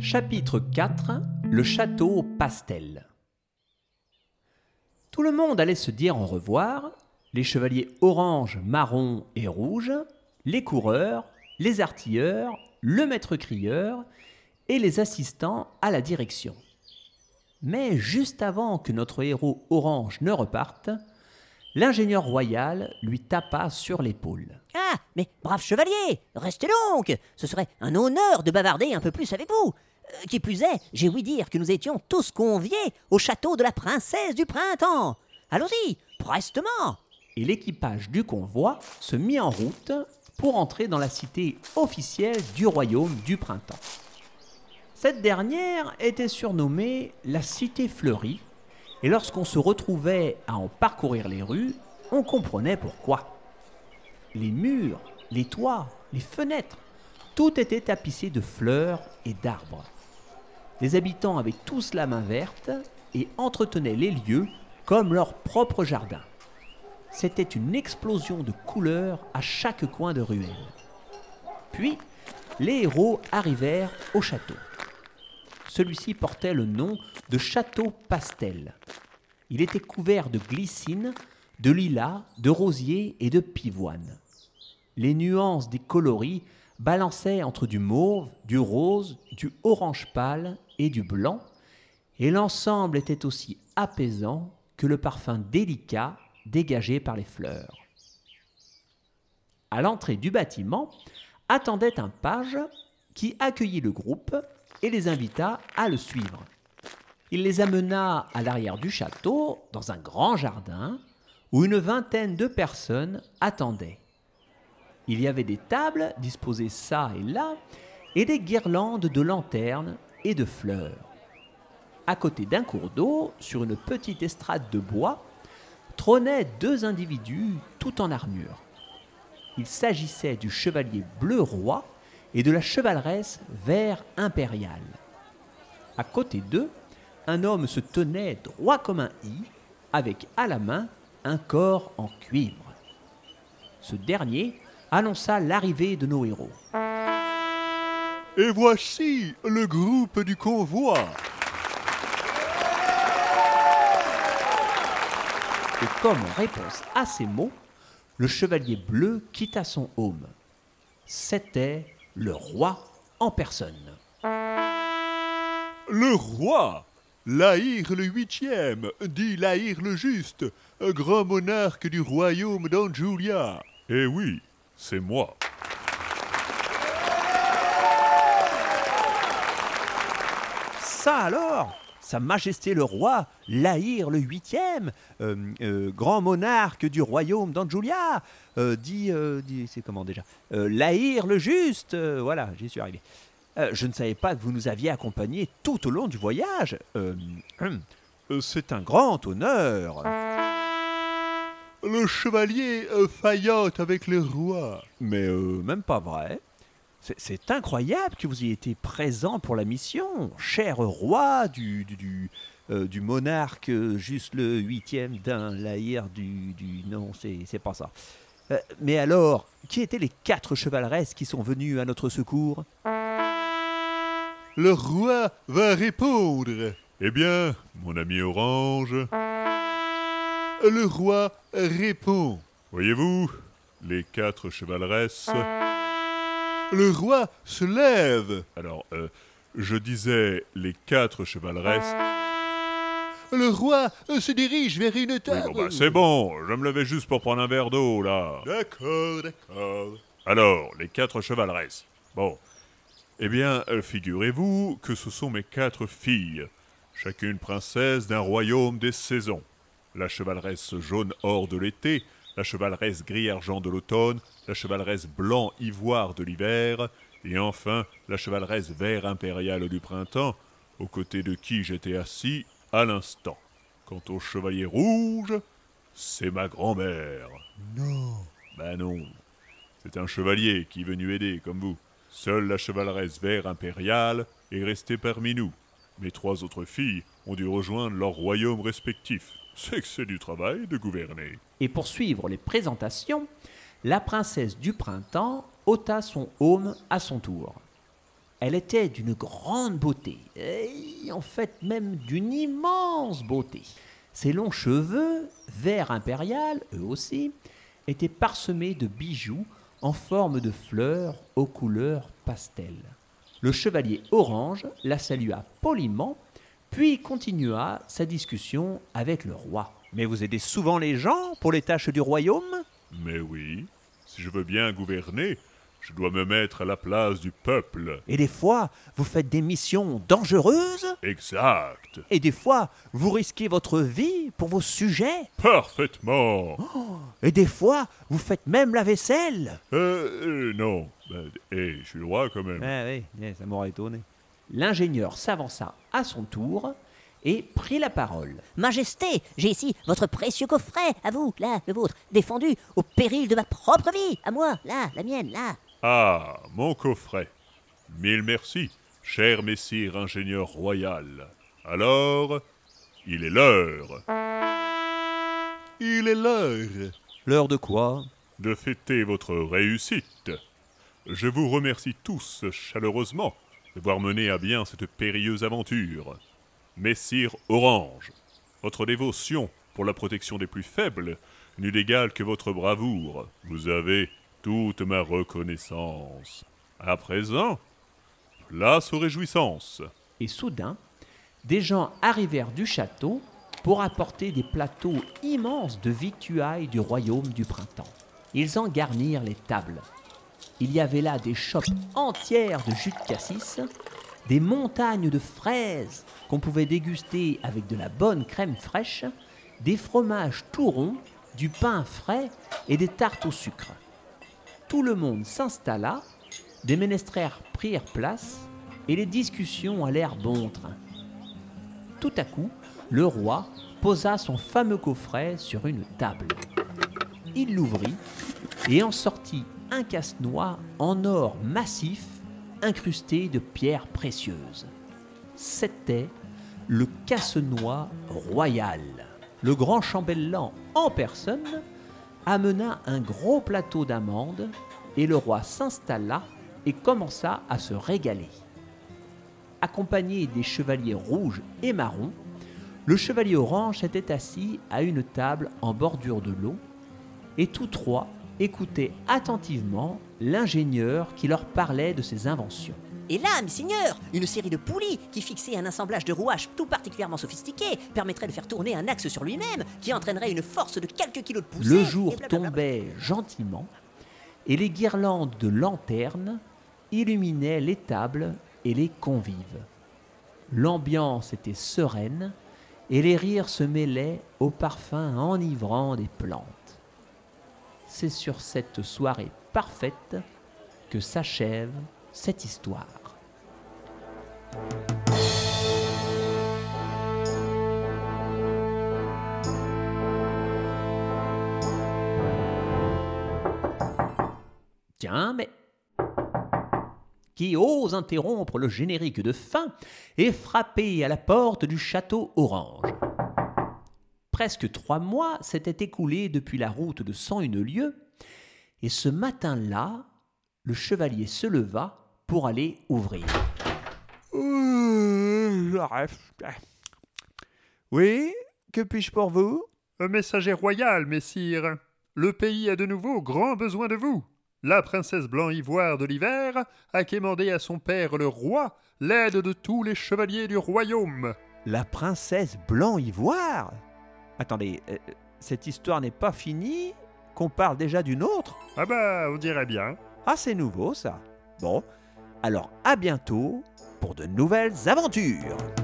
Chapitre 4 – Le château Pastel. Tout le monde allait se dire au revoir, les chevaliers orange, marron et rouge, les coureurs, les artilleurs, le maître-crieur et les assistants à la direction. Mais juste avant que notre héros orange ne reparte, l'ingénieur royal lui tapa sur l'épaule. « Ah, mais brave chevalier, restez donc. Ce serait un honneur de bavarder un peu plus avec vous. Qui plus est, j'ai ouï dire que nous étions tous conviés au château de la princesse du printemps. Allons-y, prestement !» Et l'équipage du convoi se mit en route pour entrer dans la cité officielle du royaume du printemps. Cette dernière était surnommée la Cité Fleurie, et lorsqu'on se retrouvait à en parcourir les rues, on comprenait pourquoi. Les murs, les toits, les fenêtres, tout était tapissé de fleurs et d'arbres. Les habitants avaient tous la main verte et entretenaient les lieux comme leur propre jardin. C'était une explosion de couleurs à chaque coin de ruelle. Puis, les héros arrivèrent au château. Celui-ci portait le nom de château Pastel. Il était couvert de glycine, de lilas, de rosiers et de pivoine. Les nuances des coloris balançaient entre du mauve, du rose, du orange pâle et du blanc, et l'ensemble était aussi apaisant que le parfum délicat dégagé par les fleurs. À l'entrée du bâtiment attendait un page qui accueillit le groupe et les invita à le suivre. Il les amena à l'arrière du château, dans un grand jardin, où une vingtaine de personnes attendaient. Il y avait des tables disposées çà et là, et des guirlandes de lanternes et de fleurs. À côté d'un cours d'eau, sur une petite estrade de bois, trônaient deux individus tout en armure. Il s'agissait du chevalier bleu roi et de la chevaleresse vert impériale. À côté d'eux, un homme se tenait droit comme un i, avec à la main un corps en cuivre. Ce dernier annonça l'arrivée de nos héros. « Et voici le groupe du convoi !» Et comme en réponse à ces mots, le chevalier bleu quitta son aume. C'était le roi en personne. Le roi, Laïr le 8e, dit Laïr le Juste, grand monarque du royaume d'Anjulia. Eh oui, c'est moi. Ça alors, Sa Majesté le roi, Laïr le 8e, grand monarque du royaume d'Anjulia, c'est comment déjà Laïr le Juste, voilà, j'y suis arrivé. Je ne savais pas que vous nous aviez accompagnés tout au long du voyage. C'est un grand honneur. Le chevalier faillote avec le roi. Mais même pas vrai. C'est incroyable que vous ayez été présent pour la mission, cher roi du monarque juste le 8e d'un Laïr Non, c'est pas ça. Mais alors, qui étaient les 4 chevaleresses qui sont venues à notre secours ? Le roi va répondre. Eh bien, mon ami Orange, le roi répond. Voyez-vous, les 4 chevaleresses... Le roi se lève. Alors, je disais les 4 chevaleresses. Le roi se dirige vers une table. Oui, c'est bon, je me levais juste pour prendre un verre d'eau, là. D'accord. Alors, les 4 chevaleresses. Bon. Eh bien, figurez-vous que ce sont mes 4 filles, chacune princesse d'un royaume des saisons. La chevaleresse jaune or de l'été, la chevaleresse gris-argent de l'automne, la chevaleresse blanc-ivoire de l'hiver, et enfin la chevaleresse vert impériale du printemps, aux côtés de qui j'étais assis à l'instant. Quant au chevalier rouge, c'est ma grand-mère. Non. Ben non, c'est un chevalier qui est venu aider comme vous. Seule la chevaleresse vert impériale est restée parmi nous. Mes 3 autres filles ont dû rejoindre leurs royaumes respectifs. C'est que c'est du travail de gouverner. Et pour suivre les présentations, la princesse du printemps ôta son aume à son tour. Elle était d'une grande beauté, et en fait même d'une immense beauté. Ses longs cheveux, vert impérial, eux aussi, étaient parsemés de bijoux en forme de fleurs aux couleurs pastel. Le chevalier orange la salua poliment, puis continua sa discussion avec le roi. « Mais vous aidez souvent les gens pour les tâches du royaume ?» Mais oui, si je veux bien gouverner, je dois me mettre à la place du peuple. Et des fois, vous faites des missions dangereuses ? Exact. Et des fois, vous risquez votre vie pour vos sujets ? Parfaitement. Et des fois, vous faites même la vaisselle ? Non. Je suis le roi quand même. Oui, ça m'aurait étonné. L'ingénieur s'avança à son tour et prit la parole. Majesté, j'ai ici votre précieux coffret, à vous, là, le vôtre, défendu au péril de ma propre vie, à moi, là, la mienne, là. Ah, mon coffret. Mille merci, cher messire ingénieur royal. Alors, il est l'heure. Il est l'heure L'heure de quoi ? de fêter votre réussite. Je vous remercie tous chaleureusement d'avoir mené à bien cette périlleuse aventure. Messire Orange, votre dévotion pour la protection des plus faibles n'eut d'égal que votre bravoure. Vous avez toute ma reconnaissance. À présent, place aux réjouissances. Et soudain, des gens arrivèrent du château pour apporter des plateaux immenses de victuailles du royaume du printemps. Ils en garnirent les tables. Il y avait là des chopes entières de jus de cassis, des montagnes de fraises qu'on pouvait déguster avec de la bonne crème fraîche, des fromages tout ronds, du pain frais et des tartes au sucre. Tout le monde s'installa, des ménestrels prirent place et les discussions allèrent bon train. Tout à coup, le roi posa son fameux coffret sur une table. Il l'ouvrit et en sortit un casse-noix en or massif incrusté de pierres précieuses. C'était le casse-noix royal. Le grand chambellan en personne amena un gros plateau d'amandes et le roi s'installa et commença à se régaler. Accompagné des chevaliers rouges et marrons, le chevalier orange s'était assis à une table en bordure de l'eau et tous trois écoutaient attentivement l'ingénieur qui leur parlait de ses inventions. Et là, messeigneur, une série de poulies qui, fixées à un assemblage de rouages tout particulièrement sophistiqué, permettrait de faire tourner un axe sur lui-même, qui entraînerait une force de quelques kilos de poussée. Le jour et blablabla. tombait gentiment et les guirlandes de lanternes illuminaient les tables et les convives. L'ambiance était sereine et les rires se mêlaient aux parfums enivrants des plantes. C'est sur cette soirée parfaite que s'achève cette histoire. Tiens, mais qui ose interrompre le générique de fin et frapper à la porte du château Orange? Presque 3 mois s'étaient écoulés depuis la route de 101 lieues, et ce matin-là, le chevalier se leva pour aller ouvrir. Oui, que puis-je pour vous? Un messager royal, messire. Le pays a de nouveau grand besoin de vous. La princesse Blanc-Ivoire de l'hiver a quémandé à son père le roi l'aide de tous les chevaliers du royaume. La princesse Blanc-Ivoire? Attendez, cette histoire n'est pas finie? Qu'on parle déjà d'une autre? Ah bah, on dirait bien. Ah, c'est nouveau ça. Bon, alors à bientôt pour de nouvelles aventures.